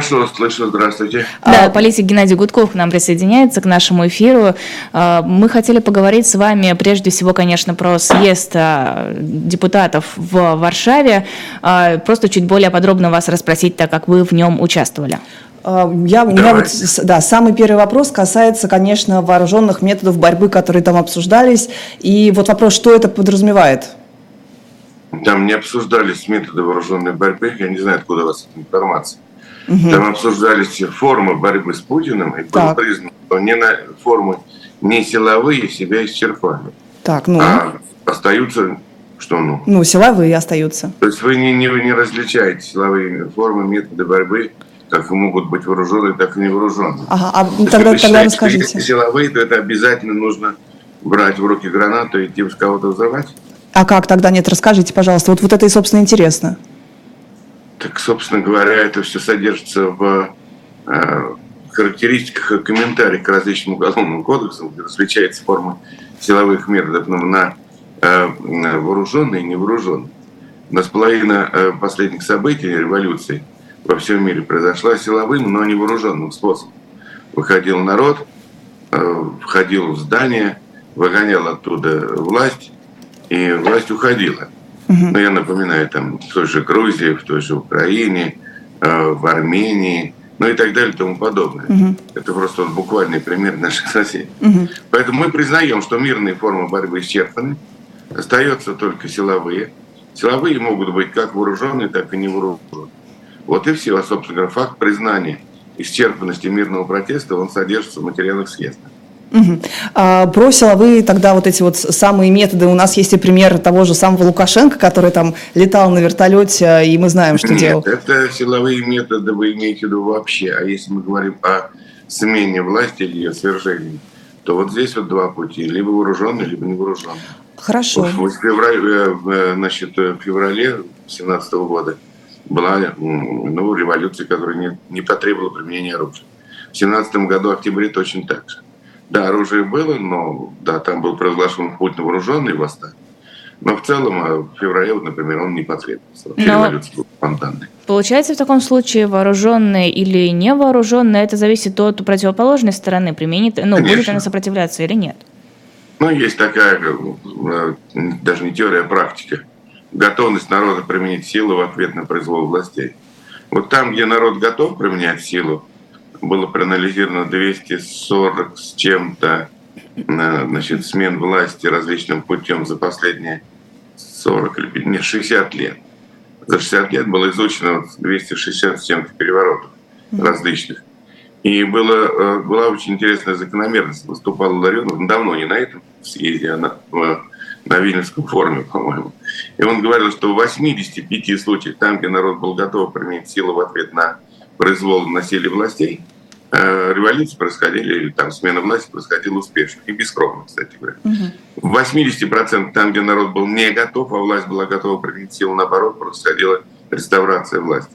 Хорошо, слышу, здравствуйте. Да, политик Геннадий Гудков к нам присоединяется к нашему эфиру. Мы хотели поговорить с вами прежде всего, конечно, про съезд депутатов в Варшаве. Просто чуть более подробно вас расспросить, так как вы в нем участвовали. У меня самый первый вопрос касается, конечно, вооруженных методов борьбы, которые там обсуждались. И вот вопрос, что это подразумевает? Там не обсуждались методы вооруженной борьбы, я не знаю, откуда у вас эта информация. Там обсуждались формы борьбы с Путиным, и было признано, что формы не силовые себя исчерпали. А остаются, что силовые остаются. То есть вы не различаете силовые формы, методы борьбы, как могут быть вооруженные, так и невооруженные. Тогда расскажите. Если силовые, то это обязательно нужно брать в руки гранату и идти кого-то взрывать. А как тогда нет? Расскажите, пожалуйста. Вот это и, собственно, интересно. Так, собственно говоря, это все содержится в характеристиках и комментариях к различным уголовным кодексам, где различаются формы силовых методов на вооруженные и невооруженные. У нас половина последних событий революции во всем мире произошла силовым, но не вооруженным способом. Выходил народ, входил в здание, выгонял оттуда власть, и власть уходила. Но я напоминаю, там, в той же Грузии, в той же Украине, в Армении, и так далее и тому подобное. Это просто буквальный пример наших соседей. Поэтому мы признаем, что мирные формы борьбы исчерпаны, остаются только силовые. Силовые могут быть как вооруженные, так и невооруженные. Вот и все. Собственно говоря, факт признания исчерпанности мирного протеста, он содержится в материалах съезда. Про силовые тогда вот эти вот самые методы. У нас есть и пример того же самого Лукашенко, который там летал на вертолете, и мы знаем, что делал. Нет, это силовые методы вы имеете в виду вообще. А если мы говорим о смене власти или ее свержении, то вот здесь вот два пути. Либо вооруженный, либо невооруженный. Хорошо. В феврале 2017 года была революция, которая не потребовала применения оружия. В 2017 году, в октябре, точно так же. Да, оружие было, но там был провозглашен путь на вооруженный восстание. Но в целом в феврале, например, он не потребовался. Революция была спонтанной. Получается, в таком случае вооруженные или невооруженные, это зависит от противоположной стороны, будет она сопротивляться или нет? Есть такая, даже не теория, а практика. Готовность народа применить силу в ответ на произвол властей. Вот там, где народ готов применять силу, было проанализировано 240 с чем-то смен власти различным путем за последние 60 лет. За 60 лет было изучено 260 с чем-то переворотов различных. И была очень интересная закономерность. Выступал Ларионов давно, не на этом съезде, а на Вильнюсском форуме, по-моему. И он говорил, что в 85 случаях, там, где народ был готов применить силу в ответ на произвол насилия властей, революции происходили, или там смена власти происходила успешно и бескровно, кстати говоря. В 80% там, где народ был не готов, а власть была готова применить силу, наоборот, происходила реставрация власти.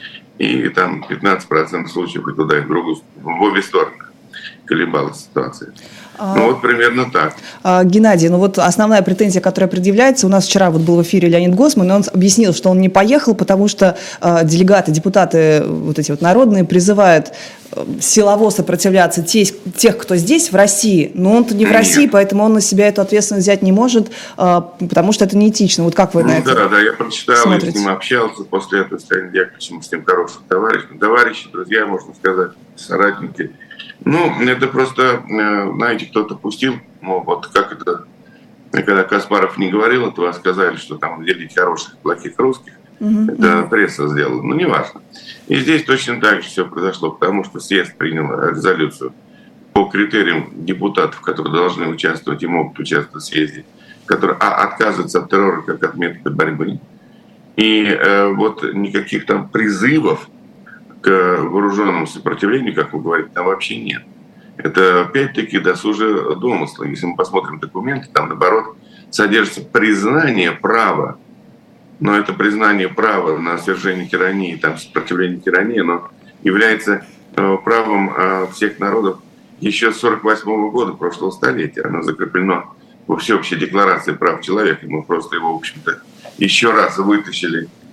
И там 15% случаев и туда, и в другую, в обе стороны колебалась ситуация. Примерно так. Геннадий, основная претензия, которая предъявляется, у нас вчера был в эфире Леонид Госман, и он объяснил, что он не поехал, потому что делегаты, депутаты народные призывают силово сопротивляться тех, кто здесь, в России, но он-то не в России, поэтому он на себя эту ответственность взять не может, потому что это неэтично. Вот как вы на это Да, я прочитал, смотрите? Я с ним общался после этого с Леонидом Яковлевичем, с ним хороших товарищи, друзья, можно сказать, соратники. Это просто, знаете, кто-то пустил, как это, когда Каспаров не говорил этого, сказали, что там делить хороших, плохих русских, это пресса сделала, неважно. И здесь точно так же все произошло, потому что съезд принял резолюцию по критериям депутатов, которые должны участвовать и могут участвовать в съезде, которые отказываются от террора как от метода борьбы. И никаких там призывов к вооруженному сопротивлению, как вы говорите, там вообще нет. Это опять-таки досужие домыслы. Если мы посмотрим документы, там наоборот содержится признание права, но это признание права на свержение тирании, там сопротивление тирании, оно является правом всех народов еще с 1948 года прошлого столетия. Оно закреплено во Всеобщей декларации прав человека. Мы просто его, в общем-то, еще раз вытащили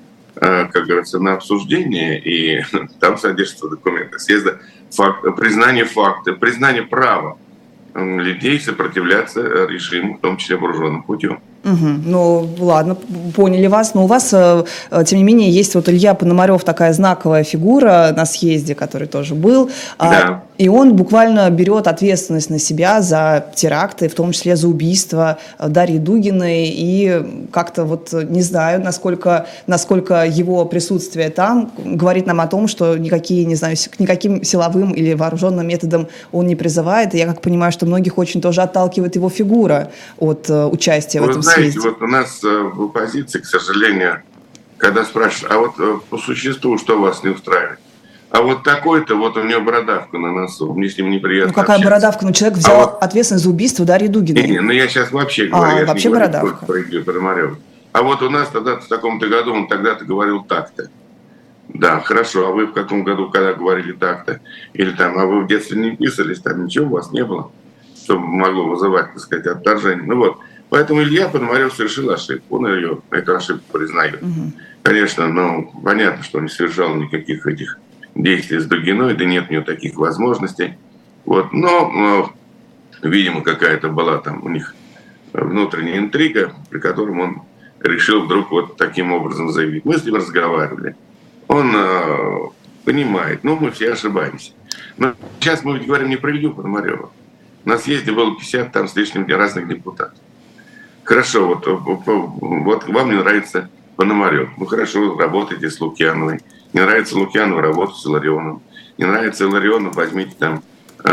как говорится, на обсуждение, и там содержится в документах съезда признание факта, признание права людей сопротивляться режиму, в том числе вооруженным путем. Угу. Ну, ладно, поняли вас. Но у вас, тем не менее, есть вот Илья Пономарев, такая знаковая фигура на съезде, который тоже был. Да. И он буквально берет ответственность на себя за теракты, в том числе за убийство Дарьи Дугиной. И как-то вот не знаю, насколько его присутствие там говорит нам о том, что никакие, не знаю, к никаким силовым или вооруженным методам он не призывает. И я как понимаю, что многих очень тоже отталкивает его фигура от участия в этом съезде. Знаете, вот у нас в оппозиции, к сожалению, когда спрашивают, а вот по существу что вас не устраивает? А вот такой-то, вот у него бородавка на носу, мне с ним неприятно Ну какая общаться. бородавка? Ну человек взял ответственность за убийство Дарьи Дугиной. Не, ну я сейчас вообще говорю, я вообще не говорю бородавка. про Илью Пономарёва. А вот у нас тогда в таком-то году он тогда-то говорил так-то. Да, хорошо, а вы в каком году, когда говорили так-то? Или там, а вы в детстве не писались, там ничего у вас не было, чтобы могло вызывать, так сказать, отторжение. Ну вот. Поэтому Илья Пономарев совершил ошибку. Он эту ошибку признает. Угу. Конечно, ну, понятно, что он не совершал никаких этих действий с Дугиной, да нет у него таких возможностей. Вот. Но, видимо, какая-то была там у них внутренняя интрига, при котором он решил вдруг вот таким образом заявить. Мы с ним разговаривали. Он понимает, ну, мы все ошибаемся. Но сейчас мы ведь говорим не про Илью Пономарева. На съезде было 50 там с лишним разных депутатов. Хорошо, вот вам не нравится Пономарев. Ну хорошо, работайте с Лукьяновой. Не нравится Лукьянову, работайте с Илларионовым. Не нравится Илларионов, возьмите там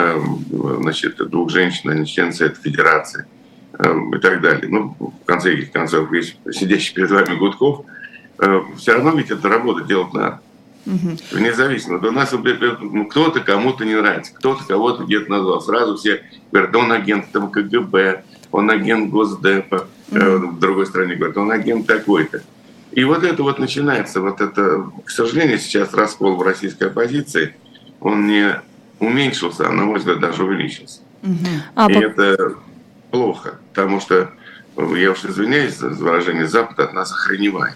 значит, двух женщин, членов Совета Федерации и так далее. Ну, в конце концов, есть сидящий перед вами Гудков, все равно ведь эту работу делать надо. Угу. Независимо. У нас кто-то кому-то не нравится, кто-то кого-то где-то назвал. Сразу все говорят, он агент там КГБ, он агент Госдепа, в другой стране говорят, он агент такой-то. И вот это вот начинается, вот это, к сожалению, сейчас раскол в российской оппозиции, он не уменьшился, а, на мой взгляд, даже увеличился. И это плохо, потому что, я уж извиняюсь за выражение, Запад от нас охреневает.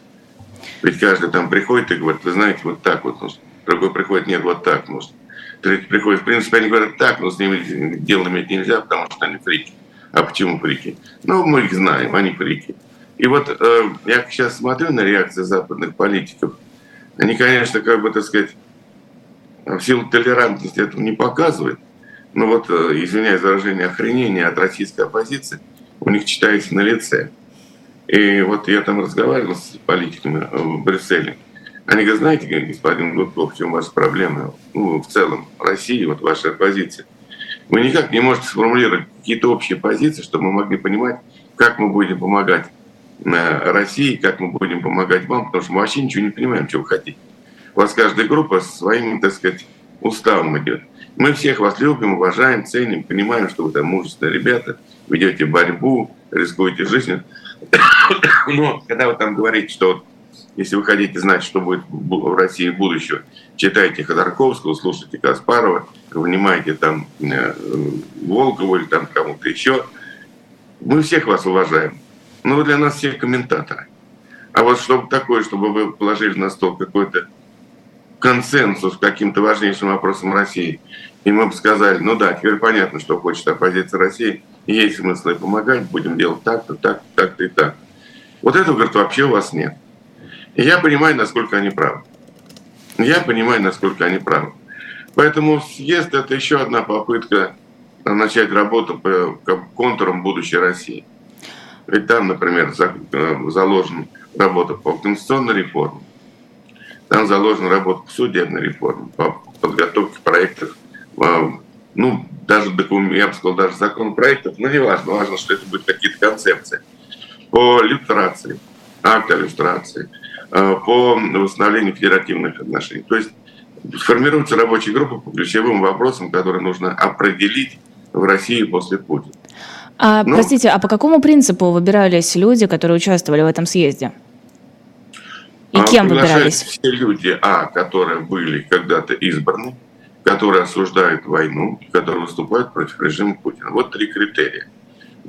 Ведь каждый там приходит и говорит, вы знаете, вот так вот нужно. Другой приходит, нет, вот так нужно. Третий приходит, в принципе, они говорят так, но с ними дело иметь нельзя, потому что они фрики. А почему фрики? Ну, мы их знаем, они фрики. И вот я сейчас смотрю на реакции западных политиков. Они, конечно, как бы, так сказать, в силу толерантности этого не показывают. Но вот, извиняюсь за выражение, охренение от российской оппозиции у них читается на лице. И вот я там разговаривал с политиками в Брюсселе. Они говорят, знаете, господин Гудков, в чем ваша проблема? Ну, в целом, России, вот ваша оппозиция. Вы никак не можете сформулировать какие-то общие позиции, чтобы мы могли понимать, как мы будем помогать России, как мы будем помогать вам, потому что мы вообще ничего не понимаем, что вы хотите. У вас каждая группа своим, так сказать, уставом идет. Мы всех вас любим, уважаем, ценим, понимаем, что вы там мужественные ребята, ведете борьбу, рискуете жизнью. Но когда вы там говорите, что если вы хотите знать, что будет в России будущего, читайте Ходорковского, слушайте Каспарова, внимайте там Волкову или там кому-то еще. Мы всех вас уважаем. Но вы для нас все комментаторы. А вот чтобы такое, чтобы вы положили на стол какой-то консенсус к каким-то важнейшим вопросам России, и мы бы сказали, ну да, теперь понятно, что хочет оппозиция России, и есть смысл ей помогать, будем делать так-то, так-то, так-то и так. Вот этого, говорит, вообще у вас нет. И я понимаю, насколько они правы. Поэтому съезд – это еще одна попытка начать работу по контурам будущей России. Ведь там, например, заложена работа по конституционной реформе, там заложена работа по судебной реформе, по подготовке проектов, ну, даже документов, я бы сказал, даже законопроектов, но не важно, важно, что это будут какие-то концепции по люстрации, акт о люстрации, по восстановлению федеративных отношений. То есть сформируется рабочая группа по ключевым вопросам, которые нужно определить в России после Путина. Простите, а по какому принципу выбирались люди, которые участвовали в этом съезде? И кем выбирались? Все люди, которые были когда-то избраны, которые осуждают войну, которые выступают против режима Путина. Вот 3 критерия.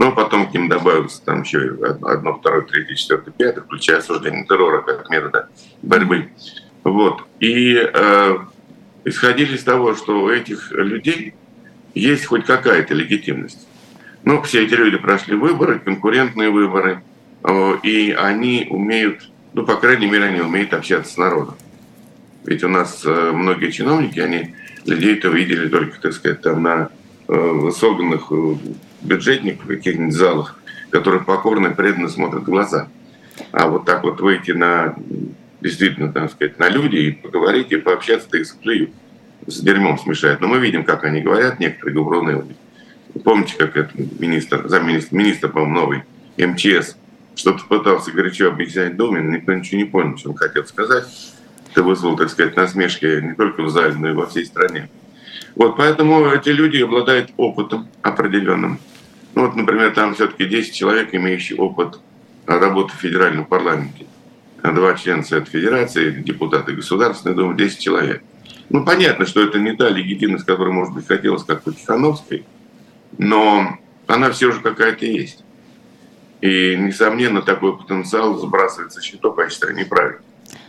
Но потом к ним добавился там еще одно, второе, третье, четвертое, пятое, включая осуждение террора как метода борьбы. Вот. И исходили из того, что у этих людей есть хоть какая-то легитимность. Ну, все эти люди прошли выборы, конкурентные выборы, и они умеют, ну, по крайней мере, они умеют общаться с народом. Ведь у нас многие чиновники, они людей-то видели только, так сказать, там на согнанных бюджетников в каких-нибудь залах, которые покорно и преданно смотрят в глаза. А вот так вот выйти на, действительно, так сказать, на люди и поговорить, и пообщаться-то их заклюют. С дерьмом смешают. Но мы видим, как они говорят, некоторые говоруны. Помните, как этот замминистр, по-моему, новый, МЧС, что-то пытался горячо объяснять Думе, но никто ничего не понял, что он хотел сказать. Это вызвало, так сказать, насмешки не только в зале, но и во всей стране. Вот, поэтому эти люди обладают опытом определенным. Ну, вот, например, там все-таки 10 человек, имеющие опыт работы в федеральном парламенте. 2 члена Совета Федерации, депутаты Государственной Думы, 10 человек. Ну, понятно, что это не та легитимность, которая, может быть, хотелось, как у Тихановской, но она все же какая-то есть. И, несомненно, такой потенциал сбрасывается с счетов, я считаю, неправильно.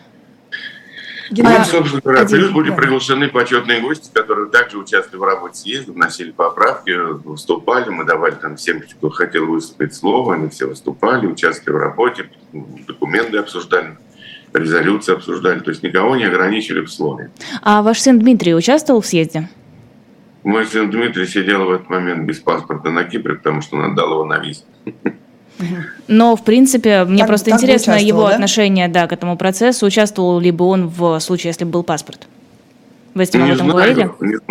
Ну, собственно говоря, плюс были приглашены почетные гости, которые также участвовали в работе съезда, вносили поправки, выступали, мы давали там всем, кто хотел выступить, слово, они все выступали, участвовали в работе, документы обсуждали, резолюции обсуждали, то есть никого не ограничили в слове. А ваш сын Дмитрий участвовал в съезде? Мой сын Дмитрий сидел в этот момент без паспорта на Кипре, потому что он отдал его на визу. Но, в принципе, мне просто интересно его отношение, да, к этому процессу. Участвовал ли бы он в случае, если бы был паспорт? Вы с ним об этом говорили?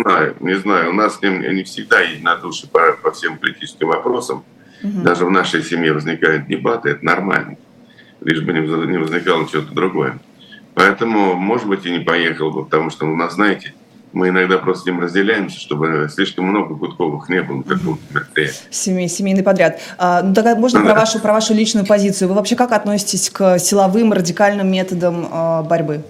Не знаю. У нас с ним не всегда единодушие по всем политическим вопросам. Даже в нашей семье возникают дебаты, это нормально. Лишь бы не возникало что-то другое. Поэтому, может быть, и не поехал бы, потому что у нас, знаете, мы иногда просто с ним разделяемся, чтобы слишком много Гудковых не было на каком-то мероприятии. Семейный подряд. Ну, тогда можно про вашу личную позицию. Вы вообще как относитесь к силовым радикальным методам борьбы?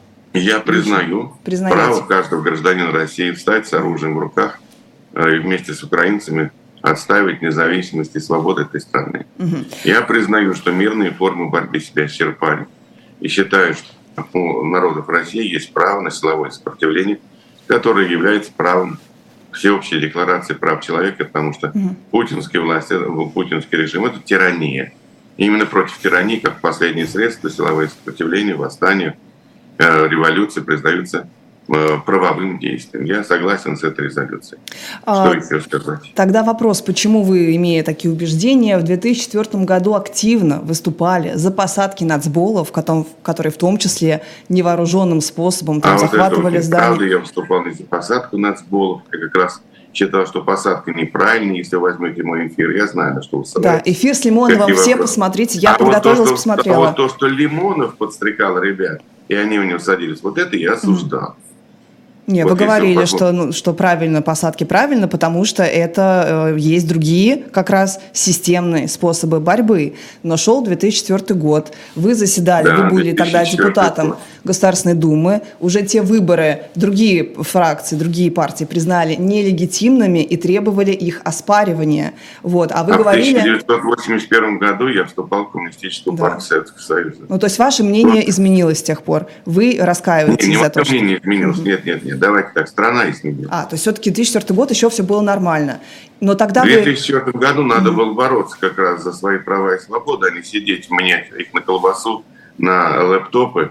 Я признаю право каждого гражданина России встать с оружием в руках и вместе с украинцами отстаивать независимость и свободу этой страны. Я признаю, что мирные формы борьбы себя исчерпали. И считаю, что у народов России есть право на силовое сопротивление, которое является правом всеобщей декларации прав человека, потому что путинские власти, путинский режим — это тирания. И именно против тирании, как последнее средство, силовое сопротивление, восстание, революции признаются правовым действием. Я согласен с этой резолюцией. Что еще сказать? Тогда вопрос, почему вы, имея такие убеждения, в 2004 году активно выступали за посадки нацболов, которые в том числе невооруженным способом там захватывали здания? Правда, я выступал не за посадку нацболов, я как раз считал, что посадка неправильная. Если возьмете мой эфир, я знаю, что вы собираете. Да, эфир с Лимоновым все посмотрите, я подготовилась, посмотрела. А вот то, что Лимонов подстрекал ребят, и они у него садились, вот это я осуждал. Не, вот вы говорили, что правильно, посадки правильно, потому что это есть другие как раз системные способы борьбы. Но шел 2004 год, вы заседали, вы были тогда депутатом Государственной Думы, уже те выборы другие фракции, другие партии признали нелегитимными и требовали их оспаривания. Вот. А вы говорили... В 1981 году я вступал в Коммунистическую партию Советского Союза. Ну, то есть ваше мнение изменилось с тех пор? Вы раскаиваетесь за то, что... Мнение изменилось, нет. Давайте так, страна изменилась. То есть все-таки в 2004 год еще все было нормально. Но тогда в 2004 году надо было бороться как раз за свои права и свободы, а не сидеть, менять их на колбасу, на лэптопы,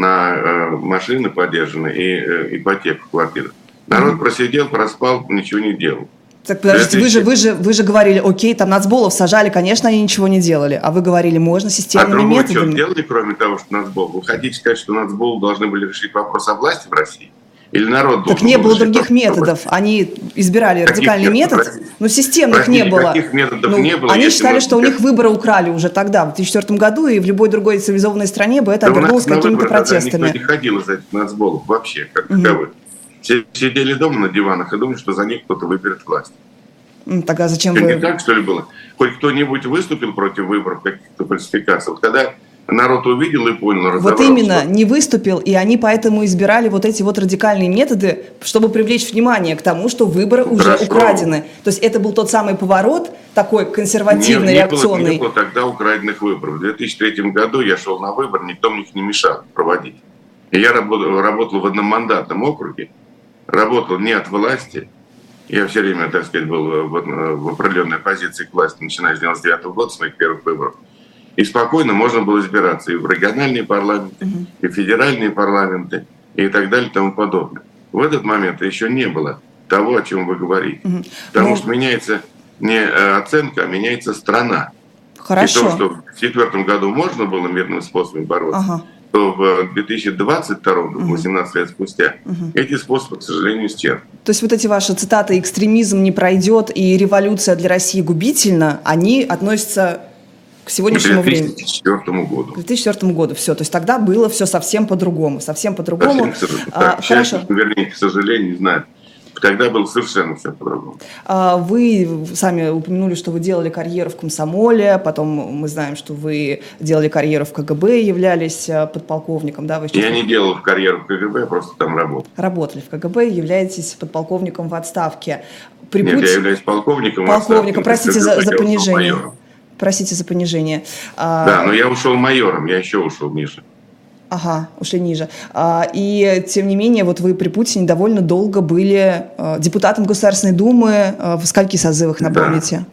на машины подержанные и ипотеку квартиры. Народ просидел, проспал, ничего не делал. Так подождите, вы же говорили, окей, там нацболов сажали, конечно, они ничего не делали. А вы говорили, можно системными методами. А что делали, кроме того, что нацбол? Вы хотите сказать, что нацбол должны были решить вопрос о власти в России? Или народ так не было других методов. Они избирали радикальный метод, но системных не было. Таких методов не было. Они считали, что у них выборы украли уже тогда, в 2004 году, и в любой другой цивилизованной стране бы это обернулось какими-то протестами. Никто не ходил из этих нацболов вообще, как таковых. Все сидели дома на диванах и думали, что за них кто-то выберет власть. Тогда зачем вы... Не так, что ли, было? Хоть кто-нибудь выступил против выборов, каких-то фальсификаций? Вот когда народ увидел и понял, вот именно, не выступил, и они поэтому избирали вот эти вот радикальные методы, чтобы привлечь внимание к тому, что выборы уже украдены. То есть это был тот самый поворот, такой консервативный, реакционный. Не было тогда украденных выборов. В 2003 году я шел на выборы, никто мне их не мешал проводить. И я работал в одномандатном округе, работал не от власти. Я все время, так сказать, был в определенной позиции к власти, начиная с 1999 года, с моих первых выборов. И спокойно можно было избираться и в региональные парламенты, и в федеральные парламенты, и так далее, и тому подобное. В этот момент еще не было того, о чем вы говорите. Потому что меняется не оценка, а меняется страна. Хорошо. И то, что в 2004 году можно было мирным способом бороться, то в 2022, 18 лет спустя, эти способы, к сожалению, исчерпаны. То есть вот эти ваши цитаты «экстремизм не пройдет» и «революция для России губительна», они относятся к сегодняшнему времени. К 2004 году. К 2004 году, все. То есть тогда было все совсем по-другому. Совсем по-другому. Хорошо. Вернее, к сожалению, не знаю. Тогда было совершенно все по-другому. Вы сами упомянули, что вы делали карьеру в комсомоле, потом мы знаем, что вы делали карьеру в КГБ, являлись подполковником. Да? Я не делал карьеру в КГБ, просто там работал. Работали в КГБ, являетесь подполковником в отставке. Нет, я являюсь полковником в отставке. Полковником, простите за понижение. Простите за понижение. Да, но я ушел майором, я еще ушел ниже. Ага, ушли ниже. И тем не менее, вот вы при Путине довольно долго были депутатом Государственной Думы. В скольких созывах, напомните?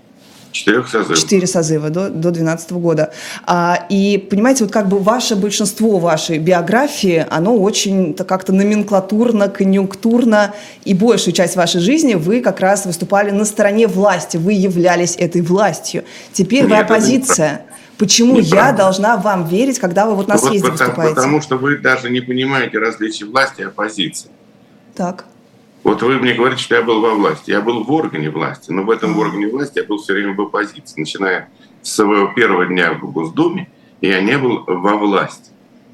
4 созывов. 4 созыва до 2012 года. И, понимаете, вот как бы ваше большинство вашей биографии, оно очень как-то номенклатурно, конъюнктурно, и большую часть вашей жизни вы как раз выступали на стороне власти, вы являлись этой властью. Теперь вы оппозиция. Почему я должна вам верить, когда вы вот на съезде выступаете? Потому что вы даже не понимаете различия власти и оппозиции. Так. Вот вы мне говорите, что я был во власти. Я был в органе власти, но в этом органе власти я был все время в оппозиции. Начиная с своего первого дня в Госдуме, я не был во власти.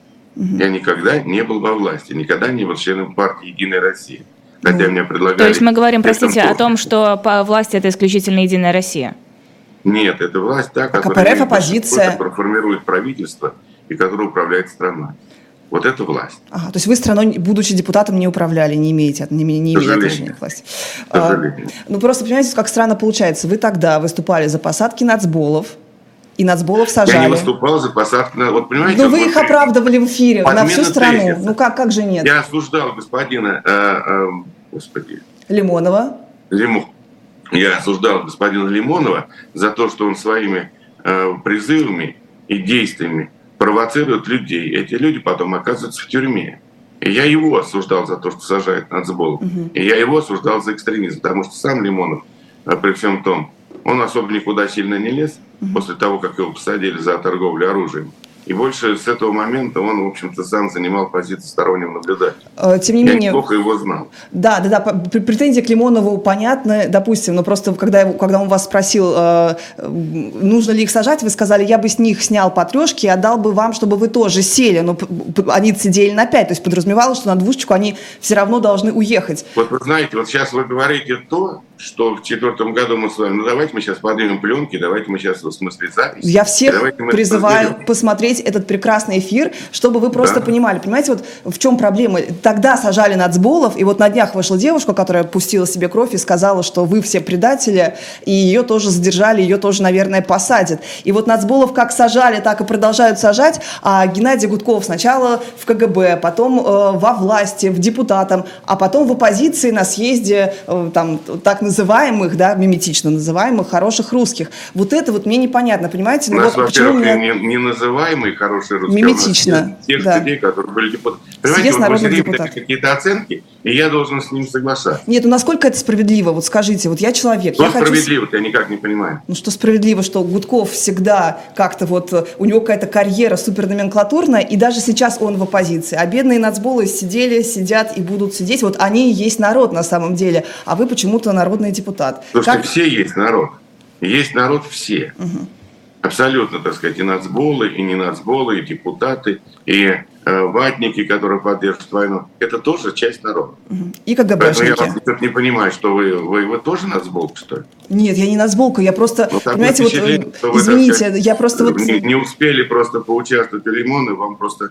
Я никогда не был во власти, никогда не был членом партии «Единая Россия». Хотя мне предлагали... То есть мы говорим, простите, о том, что по власти это исключительно «Единая Россия»? Нет, это власть та, которая формирует правительство и которая управляет страной. Вот это власть. Ага, то есть вы страной, будучи депутатом, не управляли, не имеете отношения к власти. Ну просто понимаете, как странно получается. Вы тогда выступали за посадки нацболов, и нацболов сажали. Я не выступал за посадки. Вот, понимаете, но вы их оправдывали в эфире на всю страну. Тезиса. Ну как же нет? Я осуждал господина Лимонова. Я осуждал господина Лимонова за то, что он своими призывами и действиями провоцирует людей. Эти люди потом оказываются в тюрьме. И я его осуждал за то, что сажает нацболов. И я его осуждал за экстремизм, потому что сам Лимонов, при всем том, он особо никуда сильно не лез после того, как его посадили за торговлю оружием. И больше с этого момента он, в общем-то, сам занимал позицию стороннего наблюдателя. Тем не менее, я неплохо его знал. Да. Претензии к Лимонову понятны, допустим, но просто когда он вас спросил, нужно ли их сажать, вы сказали, я бы с них снял потрешки и отдал бы вам, чтобы вы тоже сели. Но они сидели на 5, то есть подразумевалось, что на двушечку они все равно должны уехать. Вот вы знаете, вот сейчас вы говорите то, что в 2004 году мы с вами, давайте мы сейчас поднимем пленки, давайте мы сейчас, в смысле, запись. Я всех призываю посмотреть этот прекрасный эфир, чтобы вы просто понимали. Понимаете, вот в чем проблема? Тогда сажали нацболов, и вот на днях вышла девушка, которая пустила себе кровь и сказала, что вы все предатели, и ее тоже задержали, ее тоже, наверное, посадят. И вот нацболов как сажали, так и продолжают сажать, а Геннадий Гудков сначала в КГБ, потом во власти, в депутатом, а потом в оппозиции на съезде там, так называемых, да, миметично называемых хороших русских. Вот это вот мне непонятно, понимаете? У нас, вот, во-первых, не называемые хорошие русские, миметично, тех людей, которые были депутаты. Понимаете, вот вы все время какие-то оценки, и я должен с ним соглашаться. Нет, ну насколько это справедливо? Вот скажите, вот я человек. Что справедливо? Я никак не понимаю. Ну что справедливо, что Гудков всегда как-то вот, у него какая-то карьера суперноменклатурная, и даже сейчас он в оппозиции. А бедные нацболы сидели, сидят и будут сидеть. Вот они и есть народ на самом деле, а вы почему-то народный депутат. Слушайте, все есть народ. Есть народ все. Абсолютно, так сказать, и нацболы, и не нацболы, и депутаты, и ватники, которые поддерживают войну, это тоже часть народа. И КГБшники. Поэтому я вас не понимаю, что вы тоже нацболк, что ли? Нет, я не нацболка, я просто, понимаете, вот, извините, я просто вот... Не успели просто поучаствовать в Лимоне, вам просто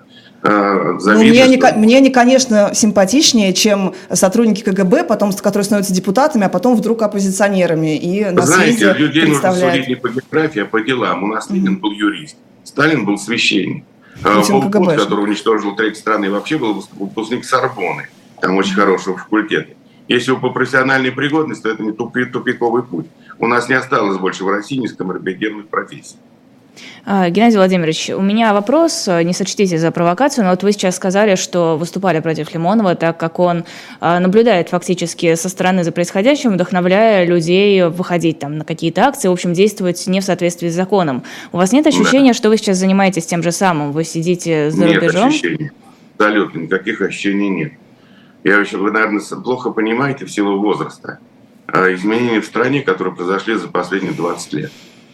мне они, конечно, симпатичнее, чем сотрудники КГБ, потом, которые становятся депутатами, а потом вдруг оппозиционерами. И на знаете, людей нужно судить не по географии, а по делам. У нас Ленин был юрист, Сталин был священник. Пол Пот, который уничтожил треть страны, вообще был выпускник Сорбонны, там очень хорошего факультета. Если по профессиональной пригодности, то это не тупиковый путь. У нас не осталось больше в России низкомаркетированных профессий. Геннадий Владимирович, у меня вопрос, не сочтите за провокацию, но вот вы сейчас сказали, что выступали против Лимонова, так как он наблюдает фактически со стороны за происходящим, вдохновляя людей выходить там на какие-то акции, в общем, действовать не в соответствии с законом. У вас нет ощущения, что вы сейчас занимаетесь тем же самым? Вы сидите за рубежом? Нет ощущений. Абсолютно никаких ощущений нет. Вы, наверное, плохо понимаете в силу возраста изменения в стране, которые произошли за последние 20 лет.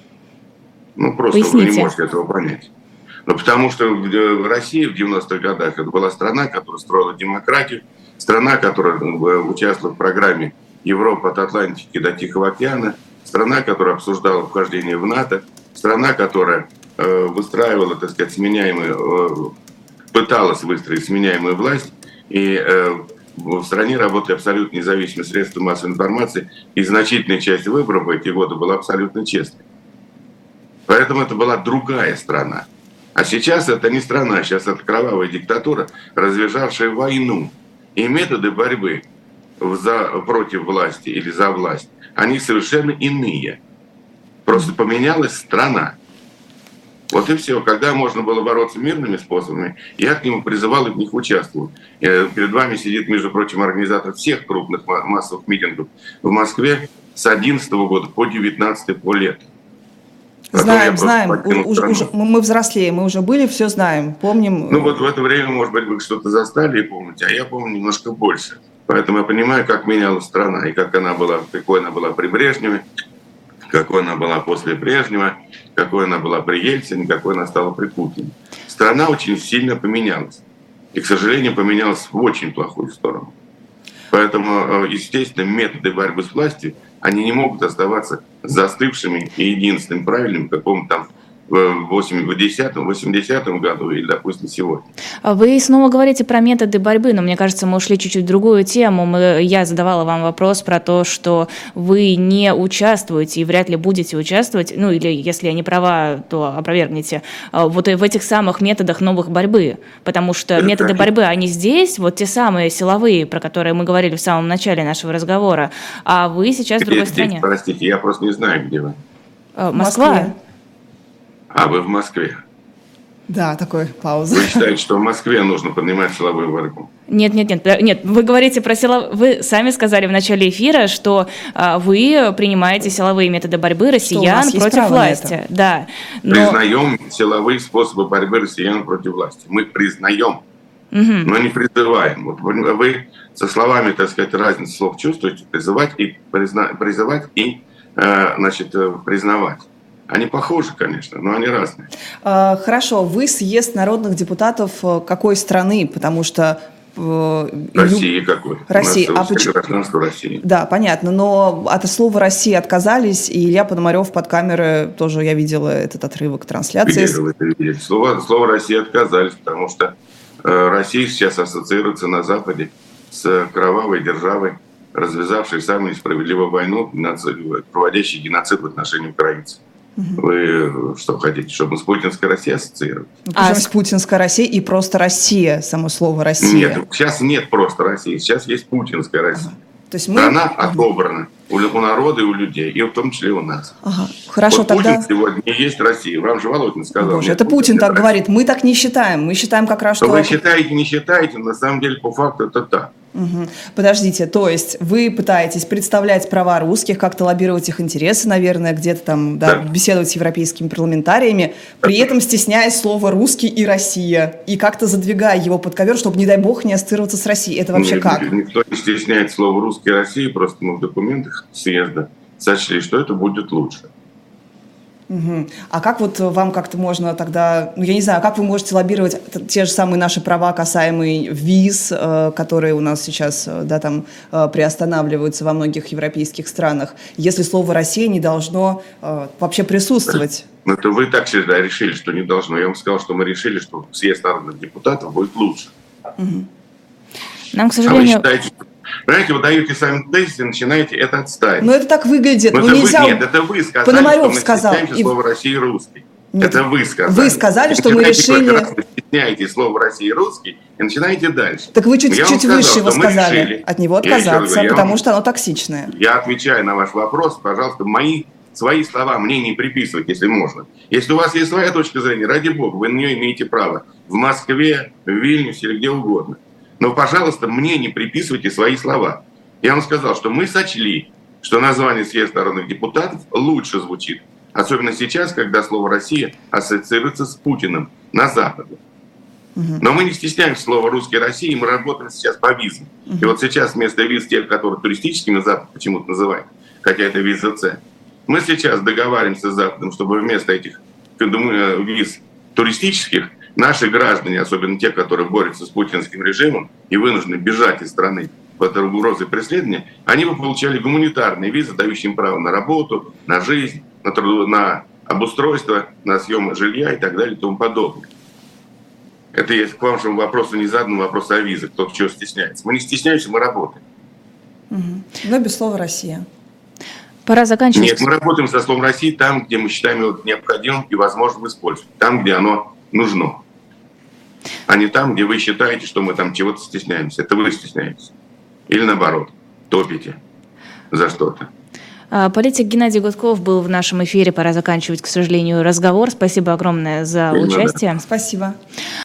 Просто Поясните. Вы не можете этого понять. Потому что в России в 90-х годах это была страна, которая строила демократию, страна, которая участвовала в программе Европа от Атлантики до Тихого океана, страна, которая обсуждала вхождение в НАТО, страна, которая выстраивала, так сказать, пыталась выстроить сменяемую власть, и в стране работали абсолютно независимые средства массовой информации, и значительная часть выборов в эти годы была абсолютно честной. Поэтому это была другая страна. А сейчас это не страна, сейчас это кровавая диктатура, развязавшая войну. И методы борьбы против власти или за власть, они совершенно иные. Просто поменялась страна. Вот и все. Когда можно было бороться мирными способами, я к нему призывал и в них участвовал. Перед вами сидит, между прочим, организатор всех крупных массовых митингов в Москве с 2011 года по 2019 по лето. Знаем. Мы взрослеем, мы уже были, все знаем, помним. Вот в это время, может быть, вы что-то застали и помните, а я помню немножко больше. Поэтому я понимаю, как менялась страна, и какой она была при Брежневе, какой она была после Брежнева, какой она была при Ельцине, какой она стала при Путине. Страна очень сильно поменялась. И, к сожалению, поменялась в очень плохую сторону. Поэтому, естественно, методы борьбы с властью, они не могут оставаться застывшими и единственным правильным в каком-то там в 80-м году или, допустим, сегодня. Вы снова говорите про методы борьбы, но мне кажется, мы ушли чуть-чуть в другую тему. Я задавала вам вопрос про то, что вы не участвуете и вряд ли будете участвовать, или если я не права, то опровергните, вот в этих самых методах новых борьбы, потому что методы борьбы, они здесь, вот те самые силовые, про которые мы говорили в самом начале нашего разговора, а вы сейчас в другой стране. Простите, я просто не знаю, где вы. Москва. А вы в Москве? Да, такой пауза. Вы считаете, что в Москве нужно поднимать силовую борьбу? Нет, вы говорите про вы сами сказали в начале эфира, что вы принимаете силовые методы борьбы россиян против власти. Да, Признаем силовые способы борьбы россиян против власти. Мы признаем, но не призываем. Вот вы со словами, так сказать, разницу слов чувствуете, призывать и признавать. Они похожи, конечно, но они разные. Хорошо, вы съезд народных депутатов какой страны? Потому что... России какой? России. Гражданство России. Да, понятно, но от слова «Россия» отказались, и Илья Пономарев под камеры, тоже я видела этот отрывок трансляции. Слово «Россия» отказались, потому что Россия сейчас ассоциируется на Западе с кровавой державой, развязавшей самую несправедливую войну, проводящей геноцид в отношении украинцев. Вы что хотите, чтобы мы с путинской Россией ассоциировали? Причем с путинской Россией и просто Россия, само слово «Россия». Нет, сейчас нет просто России, сейчас есть путинская Россия. То есть страна отобрана у народа и у людей, и в том числе у нас. Хорошо, вот тогда... Путин сегодня не есть Россия. Вам же Володин сказал. Боже, это Путин так говорит. Мы так не считаем. Мы считаем как раз, что... Вы считаете, не считаете, на самом деле по факту это так. Подождите, то есть вы пытаетесь представлять права русских, как-то лоббировать их интересы, наверное, где-то там беседовать с европейскими парламентариями, при этом стесняясь слова «русский» и «Россия», и как-то задвигая его под ковер, чтобы, не дай бог, не ассоциироваться с Россией. Это вообще как? Никто не стесняет слова «русский» и «Россия», просто мы в документах съезда сочли, что это будет лучше. Мгм. А как вот вам как-то можно тогда, ну я не знаю, как вы можете лоббировать те же самые наши права, касаемые виз, которые у нас сейчас, да, там приостанавливаются во многих европейских странах, если слово «Россия» не должно вообще присутствовать? Ну, это вы так всегда решили, что не должно. Я вам сказал, что мы решили, что съезд народных депутатов будет лучше. Нам, к А вы сожалению... считаете, понимаете, вы даете сами тезис и начинаете это отстаивать. Но это так выглядит. Но Ну, это нельзя... Нет, это вы сказали, Пономарев что мы сказал. стесняемся слова «Россия» и «русский». Нет, это вы сказали. Вы сказали, что мы Начинаете решили... только раз, вы стесняете слово «Россия» и «русский» и начинаете дальше. Так вы чуть Я вам выше его что мы сказали. решили. От него Я еще раз отказаться, говорю, потому что оно токсичное. Я отвечаю на ваш вопрос. Пожалуйста, свои слова мне не приписывать, если можно. Если у вас есть своя точка зрения, ради бога, вы на нее имеете право. В Москве, в Вильнюсе или где угодно. Но, пожалуйста, мне не приписывайте свои слова. Я вам сказал, что мы сочли, что название съезда народных депутатов лучше звучит. Особенно сейчас, когда слово «Россия» ассоциируется с Путиным на Западе. Но мы не стесняемся слова «русский России», мы работаем сейчас по визам. И вот сейчас вместо виз, тех, которые туристическими Запад почему-то называют, хотя это виза С, мы сейчас договариваемся с Западом, чтобы вместо этих виз туристических наши граждане, особенно те, которые борются с путинским режимом и вынуждены бежать из страны под угрозой преследования, они бы получали гуманитарные визы, дающие им право на работу, на жизнь, на обустройство, на съем жилья и так далее и тому подобное. Это есть к вашему вопросу не задан вопрос о визах, кто чего стесняется. Мы не стесняемся, мы работаем. Но без слова «Россия». Пора заканчивать. Нет, мы работаем со словом «Россия» там, где мы считаем его необходимым и возможным использовать. Там, где оно нужно. А не там, где вы считаете, что мы там чего-то стесняемся. Это вы стесняетесь. Или наоборот, топите за что-то. Политик Геннадий Гудков был в нашем эфире. Пора заканчивать, к сожалению, разговор. Спасибо огромное за участие. Спасибо.